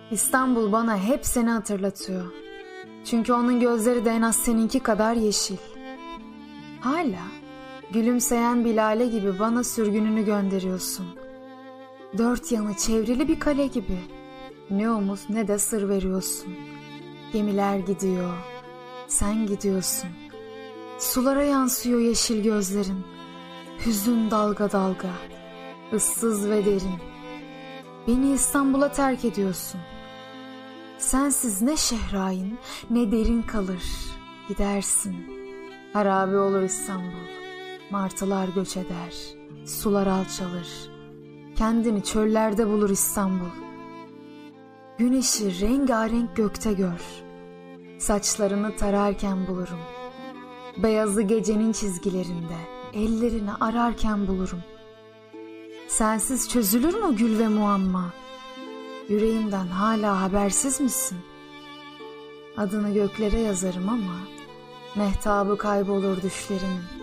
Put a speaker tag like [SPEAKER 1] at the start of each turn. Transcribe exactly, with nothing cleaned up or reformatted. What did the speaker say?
[SPEAKER 1] İstanbul bana hep seni hatırlatıyor. Çünkü onun gözleri de en az seninki kadar yeşil. Hala gülümseyen bir lale gibi bana sürgününü gönderiyorsun. Dört yanı çevrili bir kale gibi. Ne umut ne de sır veriyorsun. Gemiler gidiyor, sen gidiyorsun. Sulara yansıyor yeşil gözlerin. Hüzün dalga dalga, ıssız ve derin. Beni İstanbul'a terk ediyorsun. Sensiz ne şehrain ne derin kalır. Gidersin. Harabe olur İstanbul. Martılar göç eder. Sular alçalır. Kendini çöllerde bulur İstanbul. Güneşi rengarenk gökte gör. Saçlarını tararken bulurum. Beyazı gecenin çizgilerinde, ellerini ararken bulurum. Sensiz çözülür mü gül ve muamma? Yüreğimden hala habersiz misin? Adını göklere yazarım ama mehtabı kaybolur düşlerimin.